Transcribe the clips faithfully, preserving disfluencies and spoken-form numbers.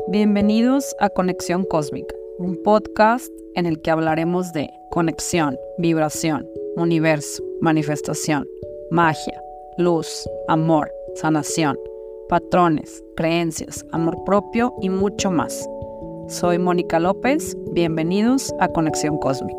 Bienvenidos a Conexión Cósmica, un podcast en el que hablaremos de conexión, vibración, universo, manifestación, magia, luz, amor, sanación, patrones, creencias, amor propio y mucho más. Soy Mónica López, bienvenidos a Conexión Cósmica.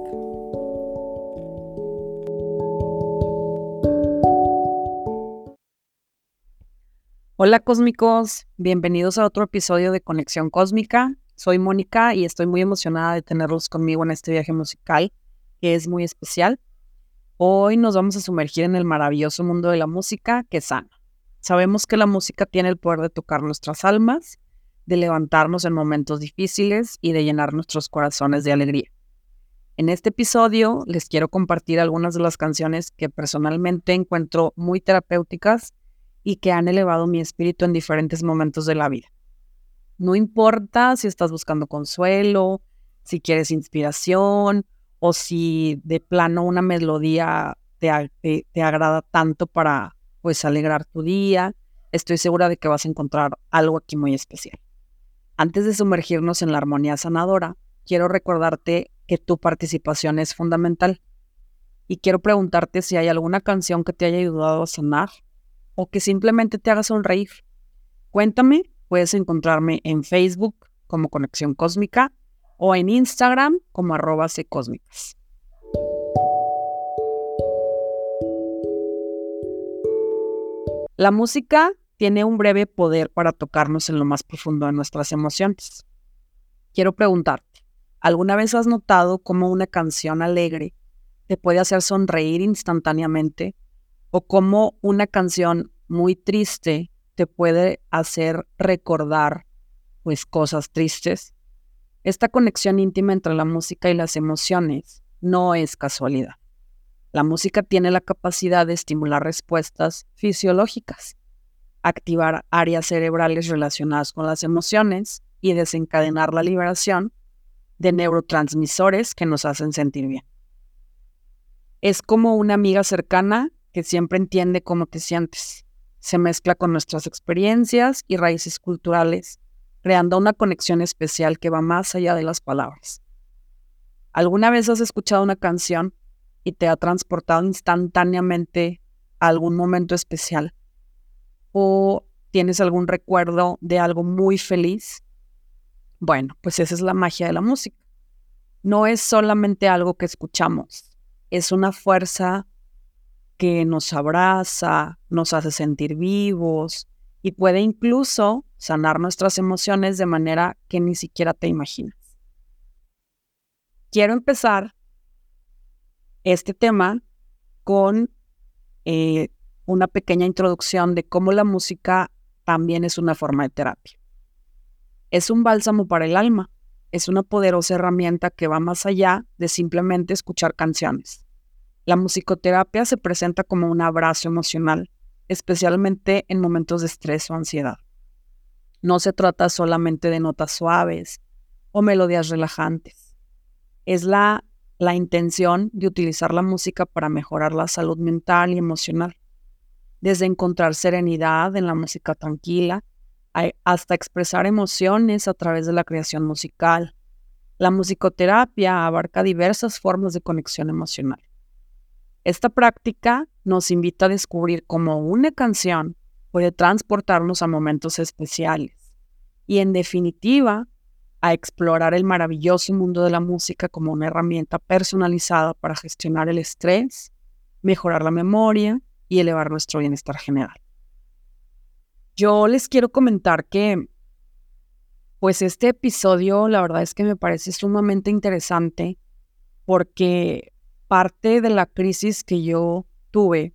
Hola cósmicos, bienvenidos a otro episodio de Conexión Cósmica. Soy Mónica y estoy muy emocionada de tenerlos conmigo en este viaje musical que es muy especial. Hoy nos vamos a sumergir en el maravilloso mundo de la música que sana. Sabemos que la música tiene el poder de tocar nuestras almas, de levantarnos en momentos difíciles y de llenar nuestros corazones de alegría. En este episodio les quiero compartir algunas de las canciones que personalmente encuentro muy terapéuticas y que han elevado mi espíritu en diferentes momentos de la vida. No importa si estás buscando consuelo, si quieres inspiración o si de plano una melodía te, te, te agrada tanto para pues alegrar tu día, estoy segura de que vas a encontrar algo aquí muy especial. Antes de sumergirnos en la armonía sanadora, quiero recordarte que tu participación es fundamental y quiero preguntarte si hay alguna canción que te haya ayudado a sanar o que simplemente te haga sonreír. Cuéntame, puedes encontrarme en Facebook como Conexión Cósmica o en Instagram como arroba ccósmicas. La música tiene un breve poder para tocarnos en lo más profundo de nuestras emociones. Quiero preguntarte, ¿alguna vez has notado cómo una canción alegre te puede hacer sonreír instantáneamente? O cómo una canción muy triste te puede hacer recordar pues cosas tristes. Esta conexión íntima entre la música y las emociones no es casualidad. La música tiene la capacidad de estimular respuestas fisiológicas, activar áreas cerebrales relacionadas con las emociones y desencadenar la liberación de neurotransmisores que nos hacen sentir bien. Es como una amiga cercana que siempre entiende cómo te sientes. Se mezcla con nuestras experiencias y raíces culturales, creando una conexión especial que va más allá de las palabras. ¿Alguna vez has escuchado una canción y te ha transportado instantáneamente a algún momento especial? ¿O tienes algún recuerdo de algo muy feliz? Bueno, pues esa es la magia de la música. No es solamente algo que escuchamos, es una fuerza que nos abraza, nos hace sentir vivos y puede incluso sanar nuestras emociones de manera que ni siquiera te imaginas. Quiero empezar este tema con eh, una pequeña introducción de cómo la música también es una forma de terapia. Es un bálsamo para el alma, es una poderosa herramienta que va más allá de simplemente escuchar canciones. La musicoterapia se presenta como un abrazo emocional, especialmente en momentos de estrés o ansiedad. No se trata solamente de notas suaves o melodías relajantes. Es la, la intención de utilizar la música para mejorar la salud mental y emocional, desde encontrar serenidad en la música tranquila hasta expresar emociones a través de la creación musical. La musicoterapia abarca diversas formas de conexión emocional. Esta práctica nos invita a descubrir cómo una canción puede transportarnos a momentos especiales y, en definitiva, a explorar el maravilloso mundo de la música como una herramienta personalizada para gestionar el estrés, mejorar la memoria y elevar nuestro bienestar general. Yo les quiero comentar que, pues este episodio, la verdad es que me parece sumamente interesante porque parte de la crisis que yo tuve,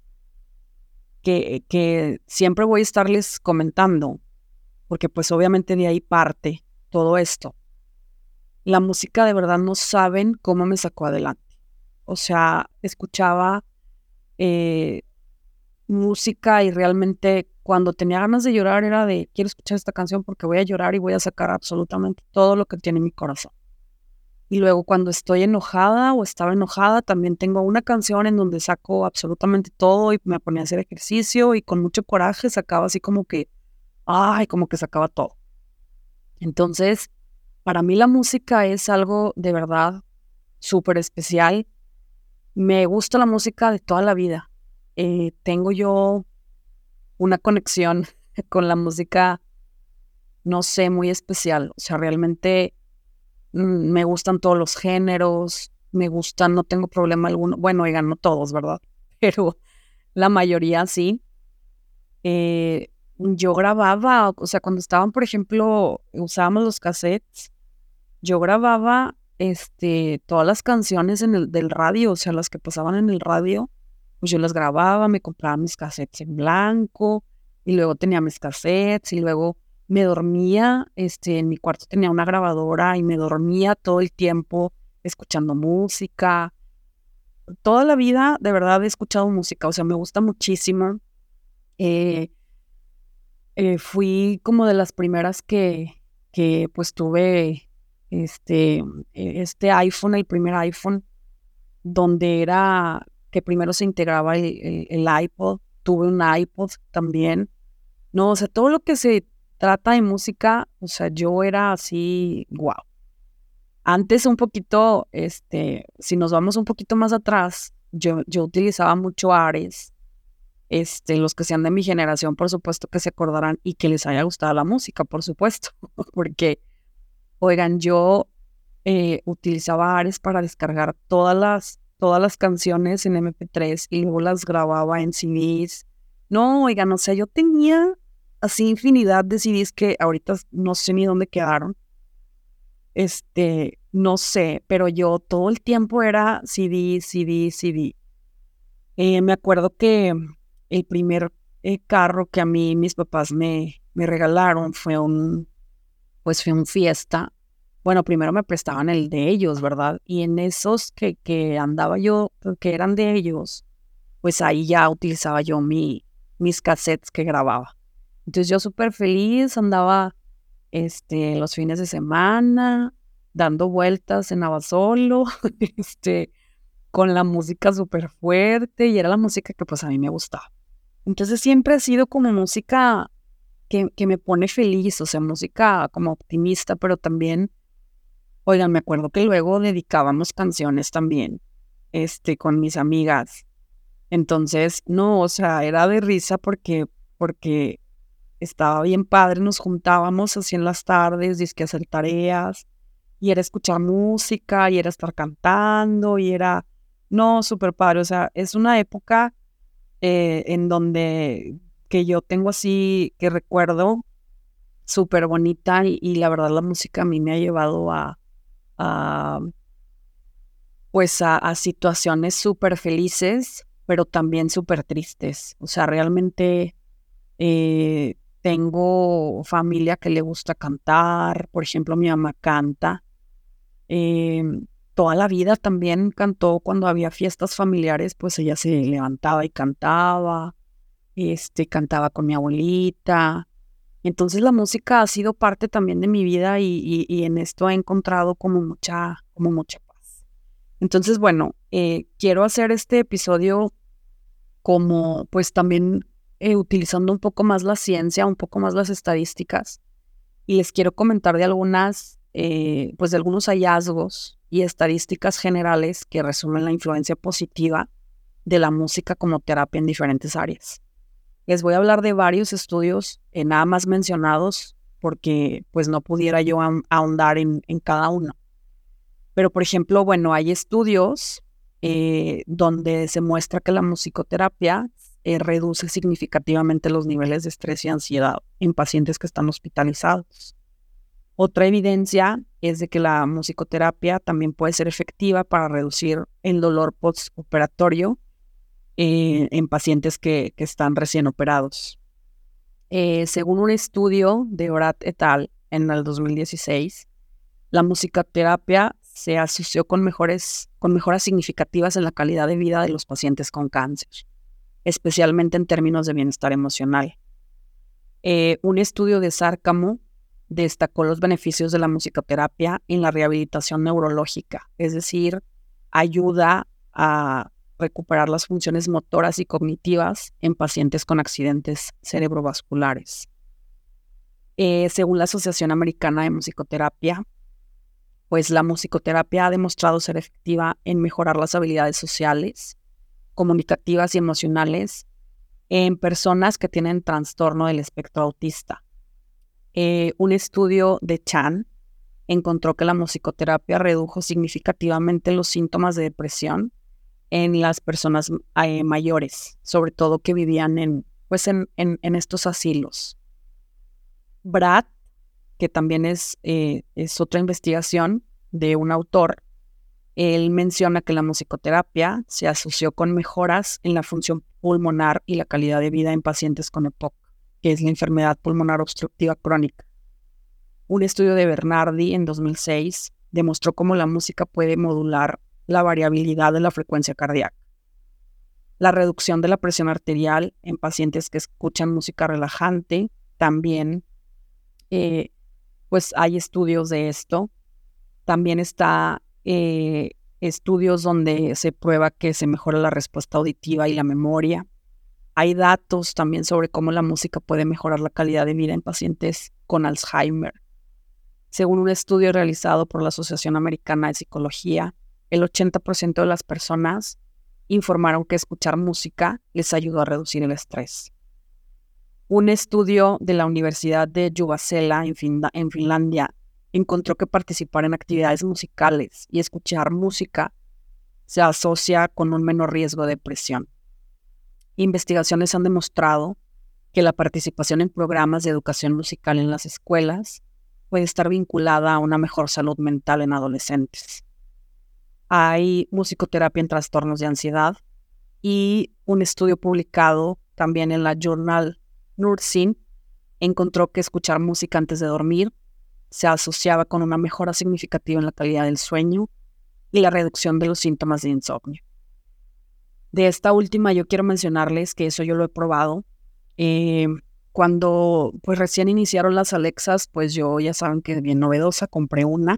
que, que siempre voy a estarles comentando, porque pues obviamente de ahí parte todo esto. La música de verdad no saben cómo me sacó adelante. O sea, escuchaba eh, música y realmente cuando tenía ganas de llorar era de quiero escuchar esta canción porque voy a llorar y voy a sacar absolutamente todo lo que tiene mi corazón. Y luego cuando estoy enojada o estaba enojada, también tengo una canción en donde saco absolutamente todo y me ponía a hacer ejercicio y con mucho coraje sacaba así como que, ay, como que sacaba todo. Entonces, para mí la música es algo de verdad súper especial. Me gusta la música de toda la vida. Eh, tengo yo una conexión con la música, no sé, muy especial. O sea, realmente mm, me gustan todos los géneros, me gustan, no tengo problema alguno. Bueno, oigan, no todos, ¿verdad? Pero la mayoría sí. Eh, yo grababa, o sea, cuando estaban, por ejemplo, usábamos los cassettes, yo grababa este, todas las canciones en el, del radio, o sea, las que pasaban en el radio, pues yo las grababa, me compraba mis cassettes en blanco, y luego tenía mis cassettes, y luego me dormía, este, en mi cuarto tenía una grabadora, y me dormía todo el tiempo escuchando música. Toda la vida, de verdad, he escuchado música, o sea, me gusta muchísimo. Eh, eh, Fui como de las primeras que, que pues tuve este, eh, este iPhone, el primer iPhone, donde era que primero se integraba el, el- el iPod, tuve un iPod también. No, o sea, todo lo que se trata de música, o sea, yo era así, wow. Antes un poquito, este, si nos vamos un poquito más atrás, yo, yo utilizaba mucho Ares. Este, los que sean de mi generación, por supuesto que se acordarán y que les haya gustado la música, por supuesto, porque, oigan, yo eh, utilizaba Ares para descargar todas las, todas las canciones en M P tres y luego las grababa en C Ds. No, oigan, o sea, yo tenía así infinidad de C Ds que ahorita no sé ni dónde quedaron. Este, no sé, pero yo todo el tiempo era C D, C D, C D. Eh, me acuerdo que el primer eh, carro que a mí mis papás me, me regalaron fue un, pues fue un Fiesta. Bueno, primero me prestaban el de ellos, ¿verdad? Y en esos que, que andaba yo, que eran de ellos, pues ahí ya utilizaba yo mi, mis cassettes que grababa. Entonces yo súper feliz andaba este, los fines de semana, dando vueltas en Abasolo, este, con la música súper fuerte y era la música que pues a mí me gustaba. Entonces siempre ha sido como música que, que me pone feliz, o sea, música como optimista, pero también, oigan, me acuerdo que luego dedicábamos canciones también, este, con mis amigas. Entonces, no, o sea, era de risa porque, porque estaba bien padre, nos juntábamos así en las tardes, dizque a hacer tareas, y era escuchar música, y era estar cantando, y era, no, súper padre, o sea, es una época eh, en donde que yo tengo así, que recuerdo, súper bonita, y, y la verdad la música a mí me ha llevado a, a pues a, a situaciones súper felices, pero también súper tristes, o sea, realmente eh, tengo familia que le gusta cantar, por ejemplo, mi mamá canta. Em, Toda la vida también cantó cuando había fiestas familiares, pues ella se levantaba y cantaba, este, cantaba con mi abuelita. Entonces la música ha sido parte también de mi vida y, y- y en esto he encontrado como mucha, como mucha paz. Entonces, bueno, eh, quiero hacer este episodio como pues también eh, utilizando un poco más la ciencia, un poco más las estadísticas y les quiero comentar de algunas, eh, pues de algunos hallazgos y estadísticas generales que resumen la influencia positiva de la música como terapia en diferentes áreas. Les voy a hablar de varios estudios, eh, nada más mencionados, porque pues no pudiera yo ahon- ahondar en, en cada uno. Pero, por ejemplo, bueno, hay estudios eh, donde se muestra que la musicoterapia eh, reduce significativamente los niveles de estrés y ansiedad en pacientes que están hospitalizados. Otra evidencia es de que la musicoterapia también puede ser efectiva para reducir el dolor postoperatorio eh, en pacientes que, que están recién operados. Eh, según un estudio de Orat et al. En el dos mil dieciséis, la musicoterapia se asoció con, mejores, con mejoras significativas en la calidad de vida de los pacientes con cáncer, especialmente en términos de bienestar emocional. Eh, un estudio de Sárcamo destacó los beneficios de la musicoterapia en la rehabilitación neurológica, es decir, ayuda a recuperar las funciones motoras y cognitivas en pacientes con accidentes cerebrovasculares. Eh, según la Asociación Americana de Musicoterapia, pues la musicoterapia ha demostrado ser efectiva en mejorar las habilidades sociales, comunicativas y emocionales en personas que tienen trastorno del espectro autista. Eh, un estudio de Chan encontró que la musicoterapia redujo significativamente los síntomas de depresión en las personas eh, mayores, sobre todo que vivían en, pues en, en, en estos asilos. Brad, que también es, eh, es otra investigación de un autor, él menciona que la musicoterapia se asoció con mejoras en la función pulmonar y la calidad de vida en pacientes con E P O C, que es la enfermedad pulmonar obstructiva crónica. Un estudio de Bernardi en dos mil seis demostró cómo la música puede modular la variabilidad de la frecuencia cardíaca. La reducción de la presión arterial en pacientes que escuchan música relajante también, eh, pues hay estudios de esto. También está eh, estudios donde se prueba que se mejora la respuesta auditiva y la memoria. Hay datos también sobre cómo la música puede mejorar la calidad de vida en pacientes con Alzheimer. Según un estudio realizado por la Asociación Americana de Psicología, el ochenta por ciento de las personas informaron que escuchar música les ayudó a reducir el estrés. Un estudio de la Universidad de Jyväskylä en, fin- en Finlandia encontró que participar en actividades musicales y escuchar música se asocia con un menor riesgo de depresión. Investigaciones han demostrado que la participación en programas de educación musical en las escuelas puede estar vinculada a una mejor salud mental en adolescentes. Hay musicoterapia en trastornos de ansiedad y un estudio publicado también en la Journal Nursing encontró que escuchar música antes de dormir se asociaba con una mejora significativa en la calidad del sueño y la reducción de los síntomas de insomnio. De esta última yo quiero mencionarles que eso yo lo he probado. Eh, cuando pues recién iniciaron las Alexas, pues yo ya saben que bien novedosa, compré una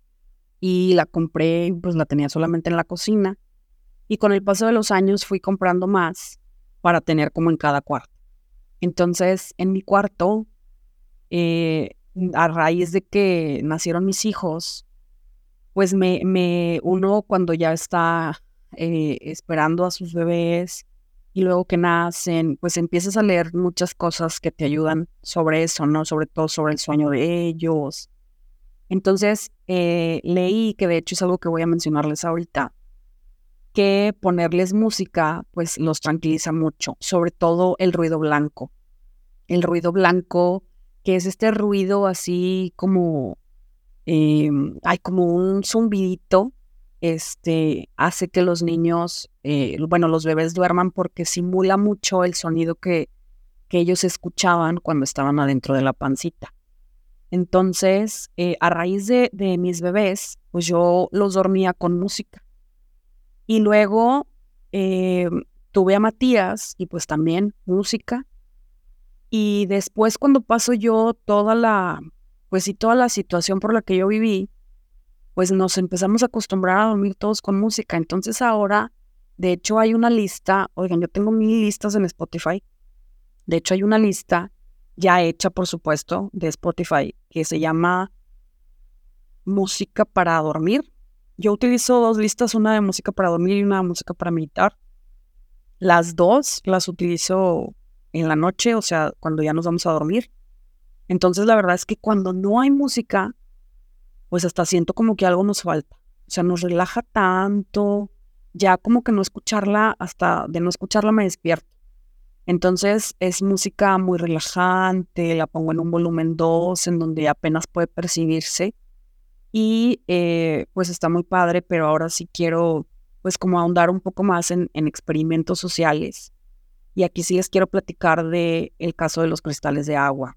y la compré, pues la tenía solamente en la cocina y con el paso de los años fui comprando más para tener como en cada cuarto. Entonces en mi cuarto, eh, a raíz de que nacieron mis hijos, pues me, me uno cuando ya está eh, esperando a sus bebés y luego que nacen, pues empiezas a leer muchas cosas que te ayudan sobre eso, ¿no? Sobre todo sobre el sueño de ellos. Entonces eh, leí, que de hecho es algo que voy a mencionarles ahorita, que ponerles música pues los tranquiliza mucho, sobre todo el ruido blanco. El ruido blanco, que es este ruido así como, eh, hay como un zumbidito, este, hace que los niños, eh, bueno, los bebés duerman porque simula mucho el sonido que, que ellos escuchaban cuando estaban adentro de la pancita. Entonces, eh, a raíz de, de mis bebés, pues yo los dormía con música. Y luego eh, tuve a Matías y pues también música. Y después cuando paso yo toda la, pues y toda la situación por la que yo viví, pues nos empezamos a acostumbrar a dormir todos con música. Entonces ahora, de hecho hay una lista, oigan, yo tengo mil listas en Spotify. De hecho hay una lista ya hecha, por supuesto, de Spotify que se llama Música para Dormir. Yo utilizo dos listas, una de música para dormir y una de música para meditar. Las dos las utilizo en la noche, o sea, cuando ya nos vamos a dormir. Entonces, la verdad es que cuando no hay música, pues hasta siento como que algo nos falta. O sea, nos relaja tanto, ya como que no escucharla, hasta de no escucharla me despierto. Entonces, es música muy relajante, la pongo en un volumen dos, en donde apenas puede percibirse. Y eh, pues está muy padre, pero ahora sí quiero pues como ahondar un poco más en, en experimentos sociales. Y aquí sí les quiero platicar de el caso de los cristales de agua.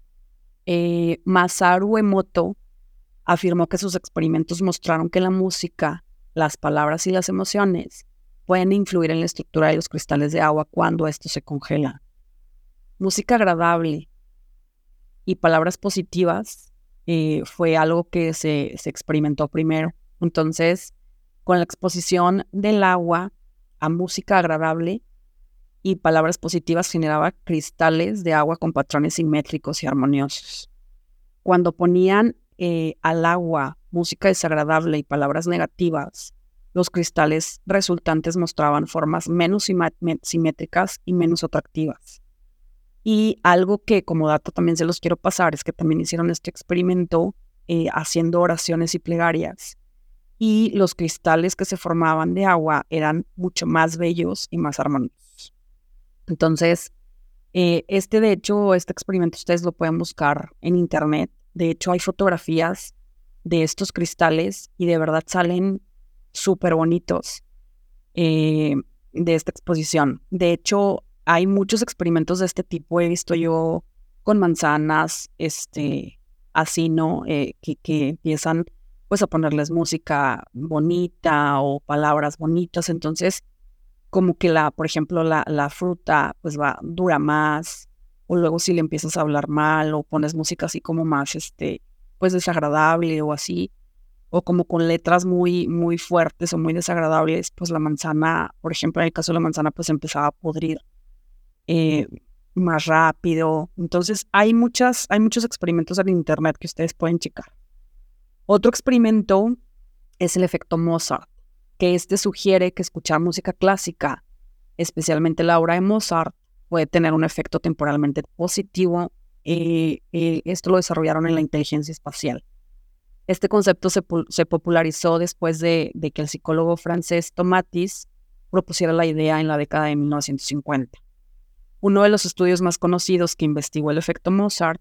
Eh, Masaru Emoto afirmó que sus experimentos mostraron que la música, las palabras y las emociones pueden influir en la estructura de los cristales de agua cuando estos se congelan. Música agradable y palabras positivas eh, fue algo que se, se experimentó primero. Entonces, con la exposición del agua a música agradable, y palabras positivas generaba cristales de agua con patrones simétricos y armoniosos. Cuando ponían eh, al agua música desagradable y palabras negativas, los cristales resultantes mostraban formas menos simétricas y menos atractivas. Y algo que como dato también se los quiero pasar es que también hicieron este experimento eh, haciendo oraciones y plegarias. Y los cristales que se formaban de agua eran mucho más bellos y más armoniosos. Entonces, eh, este de hecho, este experimento ustedes lo pueden buscar en internet. De hecho, hay fotografías de estos cristales y de verdad salen súper bonitos eh, de esta exposición. De hecho, hay muchos experimentos de este tipo. He visto yo con manzanas, este, así, ¿no? Eh, que, que empiezan pues a ponerles música bonita o palabras bonitas. Entonces, como que la, por ejemplo, la, la fruta pues va, dura más, o luego si le empiezas a hablar mal o pones música así como más, este, pues desagradable o así, o como con letras muy, muy fuertes o muy desagradables, pues la manzana, por ejemplo, en el caso de la manzana, pues empezaba a podrir eh, más rápido. Entonces, hay muchas, hay muchos experimentos en internet que ustedes pueden checar. Otro experimento es el efecto Mozart, que este sugiere que escuchar música clásica, especialmente la obra de Mozart, puede tener un efecto temporalmente positivo. Eh, eh, esto lo desarrollaron en la inteligencia espacial. Este concepto se, se popularizó después de, de que el psicólogo francés Tomatis propusiera la idea en la década de mil novecientos cincuenta. Uno de los estudios más conocidos que investigó el efecto Mozart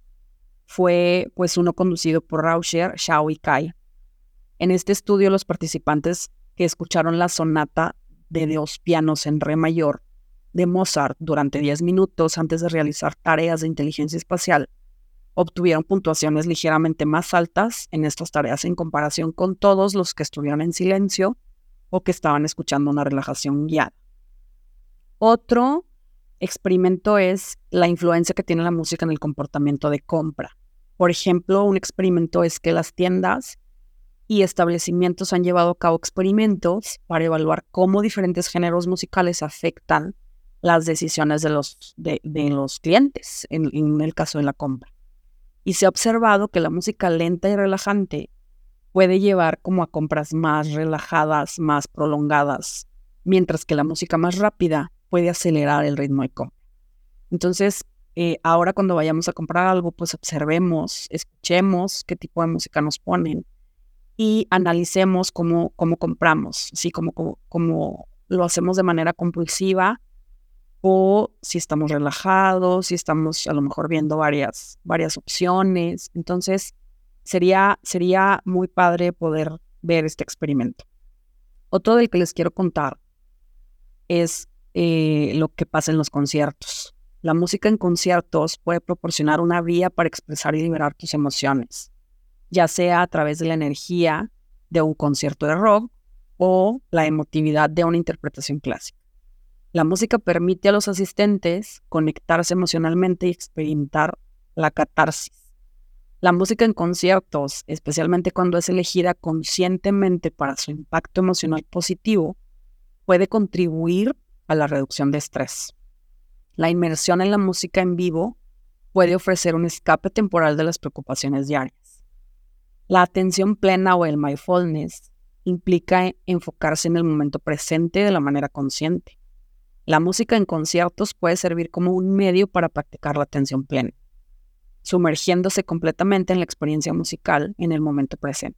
fue pues uno conducido por Rauscher, Shao y Kai. En este estudio, los participantes que escucharon la sonata de dos pianos en re mayor de Mozart durante diez minutos antes de realizar tareas de inteligencia espacial obtuvieron puntuaciones ligeramente más altas en estas tareas en comparación con todos los que estuvieron en silencio o que estaban escuchando una relajación guiada. Otro experimento es la influencia que tiene la música en el comportamiento de compra. Por ejemplo, un experimento es que las tiendas y establecimientos han llevado a cabo experimentos para evaluar cómo diferentes géneros musicales afectan las decisiones de los, de, de los clientes en, en el caso de la compra. Y se ha observado que la música lenta y relajante puede llevar como a compras más relajadas, más prolongadas, mientras que la música más rápida puede acelerar el ritmo de compra. Entonces, eh, ahora cuando vayamos a comprar algo, pues observemos, escuchemos qué tipo de música nos ponen y analicemos cómo, cómo compramos, ¿sí? Como, como, como lo hacemos de manera compulsiva o si estamos relajados, si estamos a lo mejor viendo varias, varias opciones. Entonces, sería, sería muy padre poder ver este experimento. Otro del que les quiero contar es eh, lo que pasa en los conciertos. La música en conciertos puede proporcionar una vía para expresar y liberar tus emociones, ya sea a través de la energía de un concierto de rock o la emotividad de una interpretación clásica. La música permite a los asistentes conectarse emocionalmente y experimentar la catarsis. La música en conciertos, especialmente cuando es elegida conscientemente para su impacto emocional positivo, puede contribuir a la reducción de estrés. La inmersión en la música en vivo puede ofrecer un escape temporal de las preocupaciones diarias. La atención plena o el mindfulness implica enfocarse en el momento presente de la manera consciente. La música en conciertos puede servir como un medio para practicar la atención plena, sumergiéndose completamente en la experiencia musical en el momento presente.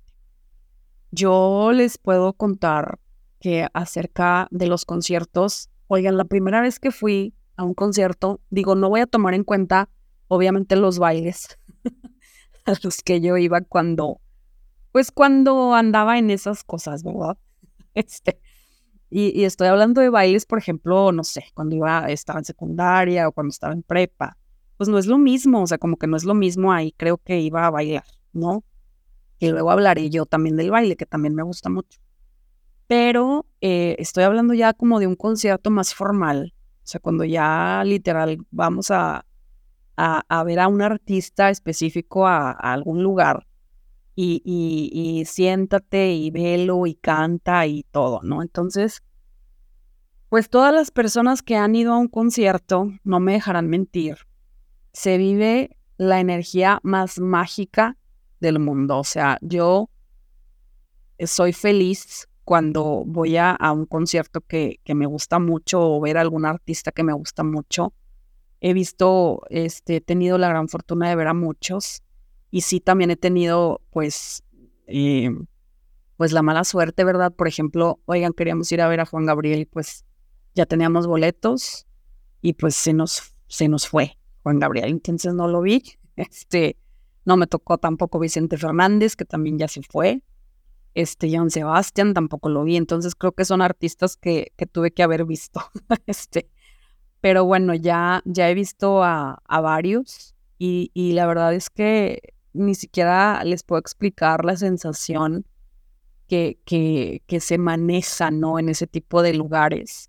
Yo les puedo contar que acerca de los conciertos, oigan, la primera vez que fui a un concierto, digo, no voy a tomar en cuenta, obviamente, los bailes a los que yo iba cuando, pues cuando andaba en esas cosas, ¿verdad? Este... Y, y estoy hablando de bailes, por ejemplo, no sé, cuando iba, estaba en secundaria o cuando estaba en prepa. Pues no es lo mismo, o sea, como que no es lo mismo ahí, creo que iba a bailar, ¿no? Y luego hablaré yo también del baile, que también me gusta mucho. Pero eh, estoy hablando ya como de un concierto más formal, o sea, cuando ya literal vamos a, a, a ver a un artista específico a, a algún lugar y, y, y siéntate y velo y canta y todo, ¿no? Entonces, Pues todas las personas que han ido a un concierto no me dejarán mentir. Se vive la energía más mágica del mundo. O sea, yo soy feliz cuando voy a, a un concierto que, que me gusta mucho o ver a algún artista que me gusta mucho. He visto, este, he tenido la gran fortuna de ver a muchos y sí también he tenido, pues, eh, pues la mala suerte, ¿verdad? Por ejemplo, oigan, queríamos ir a ver a Juan Gabriel y pues ya teníamos boletos y pues se nos, se nos fue Juan Gabriel, entonces no lo vi. Este, no me tocó tampoco Vicente Fernández, que también ya se fue. Este, Joan Sebastián tampoco lo vi, entonces creo que son artistas que, que tuve que haber visto. este, pero bueno, ya, ya he visto a, a varios y, y la verdad es que ni siquiera les puedo explicar la sensación que, que, que se maneja, ¿no? En ese tipo de lugares.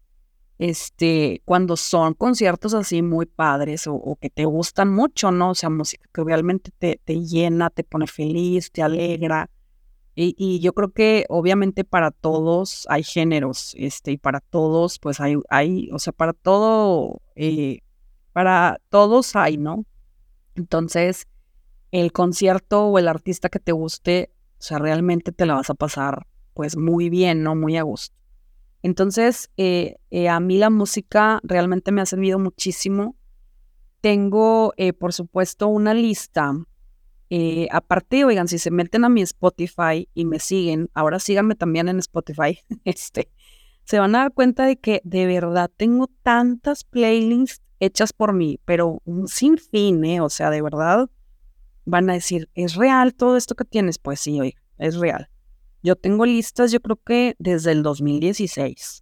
Este, cuando son conciertos así muy padres o, o que te gustan mucho, ¿no? O sea, música que realmente te, te llena, te pone feliz, te alegra. Y, y yo creo que obviamente para todos hay géneros, este, y para todos, pues hay, hay, o sea, para todo, eh, para todos hay, ¿no? Entonces, el concierto o el artista que te guste, o sea, realmente te la vas a pasar, pues muy bien, ¿no? Muy a gusto. Entonces, eh, eh, a mí la música realmente me ha servido muchísimo. Tengo, eh, por supuesto, una lista. Eh, aparte, oigan, si se meten a mi Spotify y me siguen, ahora síganme también en Spotify, este, se van a dar cuenta de que de verdad tengo tantas playlists hechas por mí, pero un sinfín, ¿eh? O sea, de verdad van a decir, ¿es real todo esto que tienes? Pues sí, oiga, es real. Yo tengo listas, yo creo que desde el dos mil dieciséis,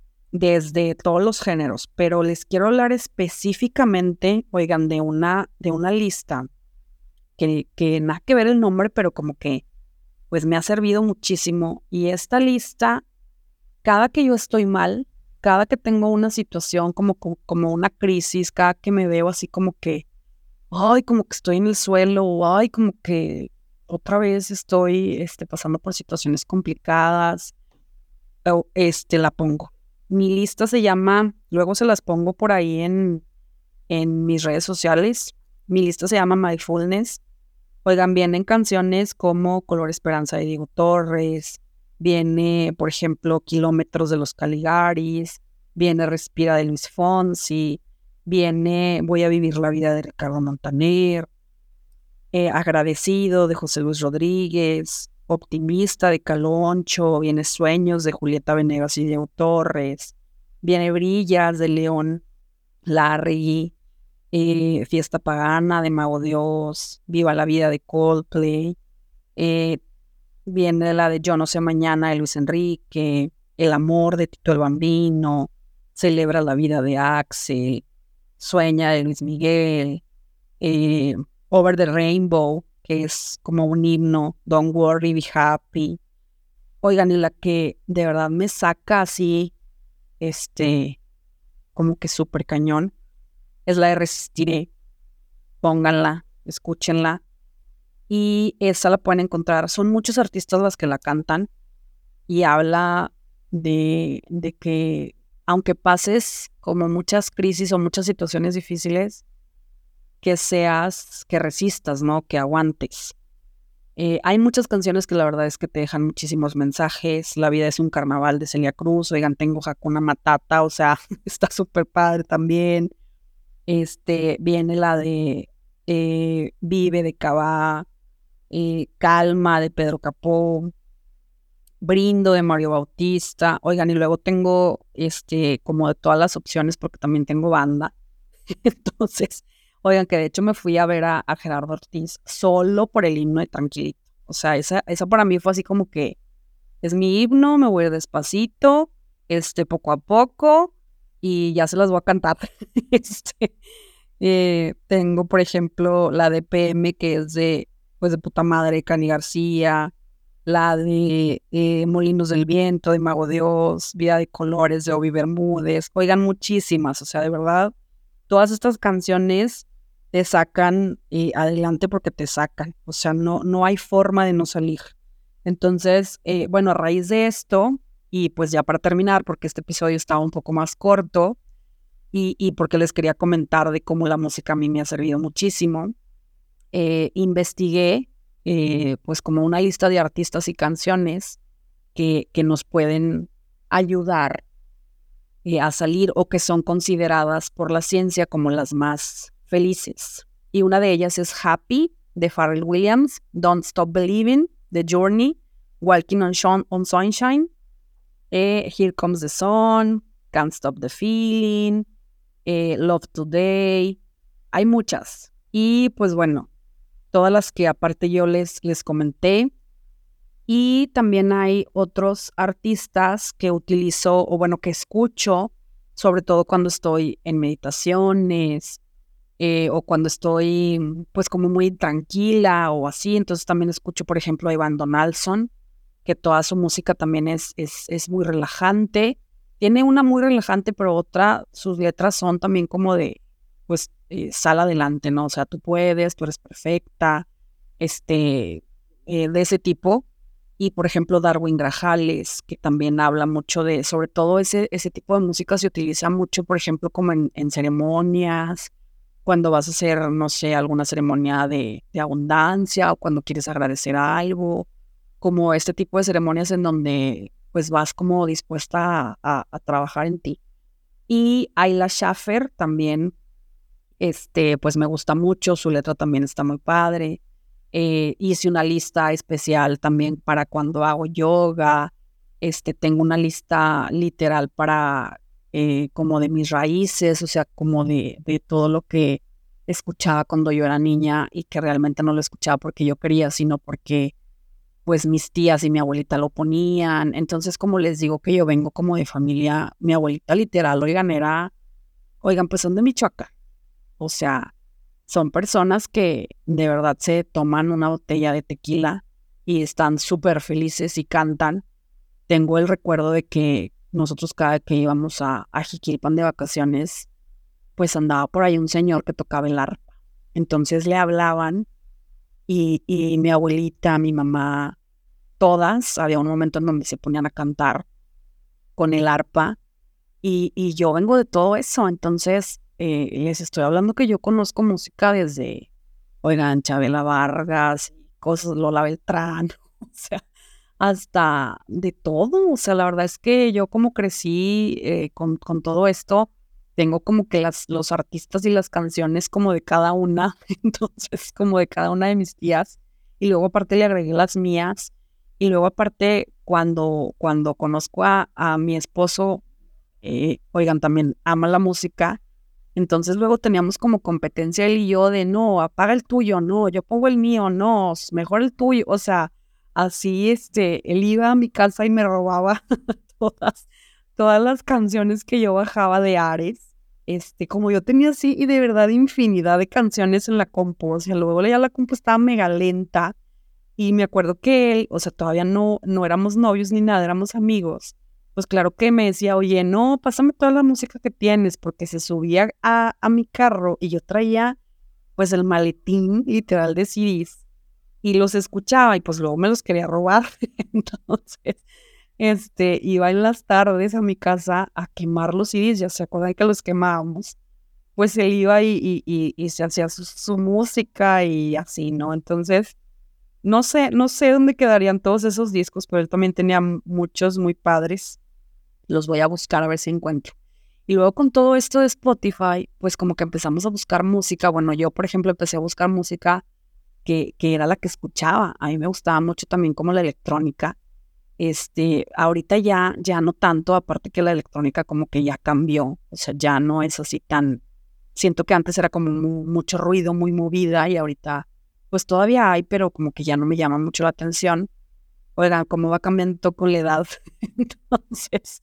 desde todos los géneros, pero les quiero hablar específicamente, oigan, de una, de una lista que, que nada que ver el nombre, pero como que pues me ha servido muchísimo. Y esta lista, cada que yo estoy mal, cada que tengo una situación como, como, como una crisis, cada que me veo así como que, ay, como que estoy en el suelo, o ay, como que otra vez estoy este, pasando por situaciones complicadas, o, este, la pongo. Mi lista se llama, luego se las pongo por ahí en, en mis redes sociales. Mi lista se llama Mindfulness. Oigan, vienen canciones como Color Esperanza de Diego Torres, viene, por ejemplo, Kilómetros de los Caligaris, viene Respira de Luis Fonsi, viene Voy a vivir la vida de Ricardo Montaner, eh, Agradecido de José Luis Rodríguez, Optimista de Caloncho, viene Sueños de Julieta Venegas y Diego Torres, viene Brillas de León Larregui, eh, Fiesta Pagana de Mago Dios, Viva la Vida de Coldplay, eh, viene la de Yo no sé mañana de Luis Enrique, El amor de Tito el Bambino, Celebra la vida de Axel, Sueña de Luis Miguel, eh, Over the Rainbow, que es como un himno, Don't Worry, Be Happy. Oigan, y la que de verdad me saca así, este, como que súper cañón, es la de Resistiré. Pónganla, escúchenla. Y esa la pueden encontrar. Son muchos artistas las que la cantan y habla de, de que aunque pases como muchas crisis o muchas situaciones difíciles, que seas, que resistas, ¿no? Que aguantes. Eh, hay muchas canciones que la verdad es que te dejan muchísimos mensajes. La vida es un carnaval de Celia Cruz. Oigan, tengo Hakuna Matata, o sea, está súper padre también. Este, viene la de eh, Vive de Cabá, eh, Calma de Pedro Capó, Brindo de Mario Bautista. Oigan, y luego tengo este como de todas las opciones porque también tengo banda. Entonces, oigan, que de hecho me fui a ver a, a Gerardo Ortiz solo por el himno de Tranquilito. O sea, esa, esa para mí fue así como que es mi himno, me voy a ir despacito, este, poco a poco, y ya se las voy a cantar. este, eh, tengo, por ejemplo, la de P M, que es de, pues, de puta madre, Cani García, la de eh, Molinos del Viento, de Mago Dios, Vida de Colores, de Obi Bermúdez. Oigan, muchísimas, o sea, de verdad, todas estas canciones te sacan eh, adelante porque te sacan, o sea, no, no hay forma de no salir. Entonces, eh, bueno, a raíz de esto, Y pues ya para terminar, porque este episodio estaba un poco más corto y, y porque les quería comentar de cómo la música a mí me ha servido muchísimo, eh, investigué eh, pues como una lista de artistas y canciones que, que nos pueden ayudar eh, a salir o que son consideradas por la ciencia como las más felices. Y una de ellas es Happy, de Pharrell Williams, Don't Stop Believing, The Journey, Walking on, Shon- on Sunshine, eh, Here Comes the Sun, Can't Stop the Feeling, eh, Love Today. Hay muchas. Y pues bueno, todas las que aparte yo les, les comenté. Y también hay otros artistas que utilizo, o bueno, que escucho, sobre todo cuando estoy en meditaciones eh, o cuando estoy pues como muy tranquila o así. Entonces también escucho, por ejemplo, a Ivan Donaldson, que toda su música también es, es, es muy relajante. Tiene una muy relajante, pero otra, sus letras son también como de, pues, eh, sal adelante, ¿no? O sea, tú puedes, tú eres perfecta, este, eh, de ese tipo. Y, por ejemplo, Darwin Grajales, que también habla mucho de, sobre todo ese, ese tipo de música se utiliza mucho, por ejemplo, como en, en ceremonias, cuando vas a hacer, no sé, alguna ceremonia de, de abundancia o cuando quieres agradecer algo, como este tipo de ceremonias en donde pues vas como dispuesta a, a, a trabajar en ti. Y Ayla Schaffer también, este, pues me gusta mucho, su letra también está muy padre. Eh, hice una lista especial también para cuando hago yoga. Este, tengo una lista literal para eh, como de mis raíces, o sea, como de, de todo lo que escuchaba cuando yo era niña y que realmente no lo escuchaba porque yo quería, sino porque pues mis tías y mi abuelita lo ponían. Entonces, como les digo que yo vengo como de familia, mi abuelita literal, oigan, era, oigan, pues son de Michoacán. O sea, son personas que de verdad se toman una botella de tequila y están súper felices y cantan. Tengo el recuerdo de que nosotros cada que íbamos a, a Jiquilpan de vacaciones, pues andaba por ahí un señor que tocaba el arpa. Entonces le hablaban y, y mi abuelita, mi mamá, todas, había un momento en donde se ponían a cantar con el arpa y, y yo vengo de todo eso, entonces eh, les estoy hablando que yo conozco música desde, oigan, Chabela Vargas, cosas, Lola Beltrán, o sea, hasta de todo, o sea, la verdad es que yo como crecí eh, con, con todo esto, tengo como que las, los artistas y las canciones como de cada una, entonces como de cada una de mis tías, y luego aparte le agregué las mías, y luego aparte cuando, cuando conozco a, a mi esposo, eh, oigan, también ama la música, entonces luego teníamos como competencia él y yo de no, apaga el tuyo, no, yo pongo el mío, no, mejor el tuyo, o sea, así este, él iba a mi casa y me robaba todas, todas las canciones que yo bajaba de Ares, este, como yo tenía así y de verdad infinidad de canciones en la compu, o sea, luego ya la compu estaba mega lenta y me acuerdo que él, o sea, todavía no, no éramos novios ni nada, éramos amigos. Pues claro que me decía, oye, no, pásame toda la música que tienes, porque se subía a, a mi carro y yo traía pues el maletín literal de C Ds y los escuchaba y pues luego me los quería robar. Entonces, este, iba en las tardes a mi casa a quemar los C Ds, ya se acuerdan que los quemábamos. Pues él iba y, y, y, y se hacía su, su música y así, ¿no? Entonces, no sé, no sé dónde quedarían todos esos discos, pero él también tenía muchos muy padres. Los voy a buscar a ver si encuentro. Y luego con todo esto de Spotify, pues como que empezamos a buscar música. Bueno, yo, por ejemplo, empecé a buscar música que, que era la que escuchaba. A mí me gustaba mucho también como la electrónica. Este, ahorita ya, ya no tanto, aparte que la electrónica como que ya cambió. O sea, ya no es así tan... Siento que antes era como mu- mucho ruido, muy movida y ahorita pues todavía hay, pero como que ya no me llama mucho la atención. Oigan, cómo va cambiando con la edad. Entonces,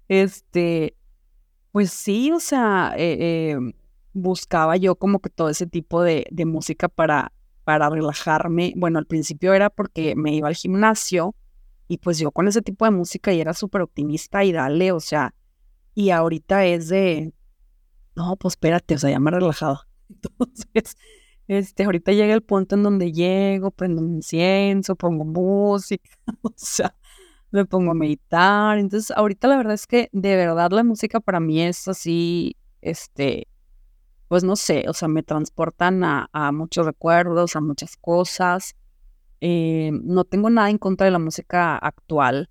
este, pues sí, o sea, eh, eh, buscaba yo como que todo ese tipo de, de música para, para relajarme. Bueno, al principio era porque me iba al gimnasio y pues yo con ese tipo de música y era súper optimista y dale, o sea, y ahorita es de, no, pues espérate, o sea, ya me he relajado. Entonces, este, ahorita llega el punto en donde llego, prendo un incienso, pongo música, o sea, me pongo a meditar. Entonces, ahorita la verdad es que de verdad la música para mí es así, este, pues no sé, o sea, me transportan a, a muchos recuerdos, a muchas cosas. Eh, no tengo nada en contra de la música actual.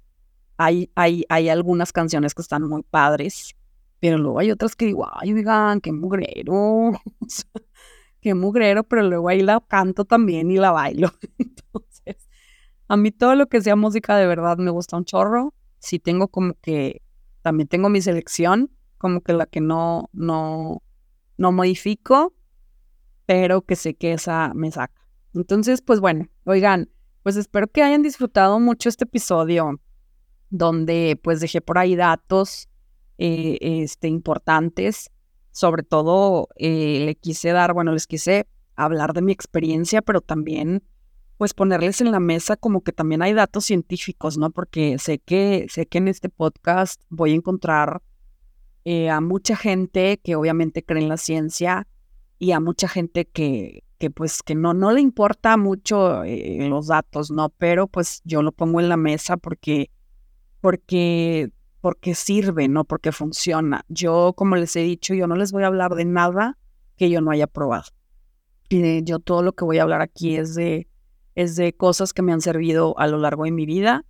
Hay, hay, hay algunas canciones que están muy padres, pero luego hay otras que digo, ay, oigan, qué mugrero, o sea, qué mugrero, pero luego ahí la canto también y la bailo. Entonces, a mí todo lo que sea música de verdad me gusta un chorro. Sí tengo como que, también tengo mi selección, como que la que no, no, no modifico, pero que sé que esa me saca. Entonces, pues bueno, oigan, pues espero que hayan disfrutado mucho este episodio donde pues dejé por ahí datos eh, este, importantes. Sobre todo eh, le quise dar, bueno, les quise hablar de mi experiencia, pero también pues ponerles en la mesa como que también hay datos científicos, ¿no? Porque sé que, sé que en este podcast voy a encontrar eh, a mucha gente que obviamente cree en la ciencia y a mucha gente que, que pues que no, no le importa mucho eh, los datos, ¿no? Pero pues yo lo pongo en la mesa porque, porque, porque sirve, ¿no? Porque funciona. Yo, como les he dicho, yo no les voy a hablar de nada que yo no haya probado. Eh, yo todo lo que voy a hablar aquí es de, es de cosas que me han servido a lo largo de mi vida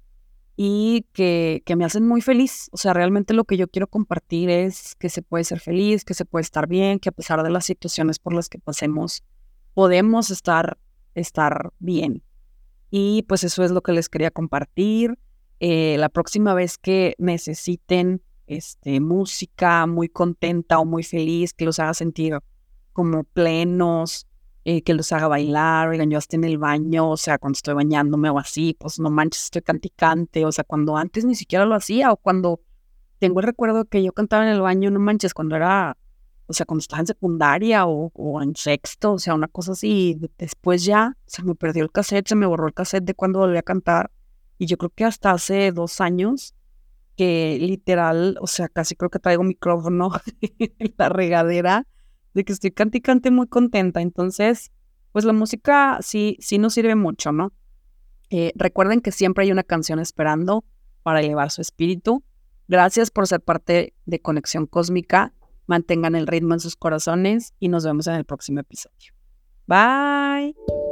y que, que me hacen muy feliz. O sea, realmente lo que yo quiero compartir es que se puede ser feliz, que se puede estar bien, que a pesar de las situaciones por las que pasemos, podemos estar, estar bien. Y pues eso es lo que les quería compartir. Eh, la próxima vez que necesiten este, música muy contenta o muy feliz, que los haga sentir como plenos, eh, que los haga bailar, oigan, yo hasta en el baño, o sea, cuando estoy bañándome o así, pues no manches, estoy canticante, o sea, cuando antes ni siquiera lo hacía, o cuando tengo el recuerdo que yo cantaba en el baño, no manches, cuando era, o sea, cuando estaba en secundaria o, o en sexto, o sea, una cosa así, de- después ya se me perdió el cassette, se me borró el cassette de cuando volví a cantar, y yo creo que hasta hace dos años, que literal, o sea, casi creo que traigo micrófono en la regadera, de que estoy cante y cante muy contenta. Entonces, pues la música sí, sí nos sirve mucho, ¿no? Eh, recuerden que siempre hay una canción esperando para elevar su espíritu. Gracias por ser parte de Conexión Cósmica. Mantengan el ritmo en sus corazones y nos vemos en el próximo episodio. Bye.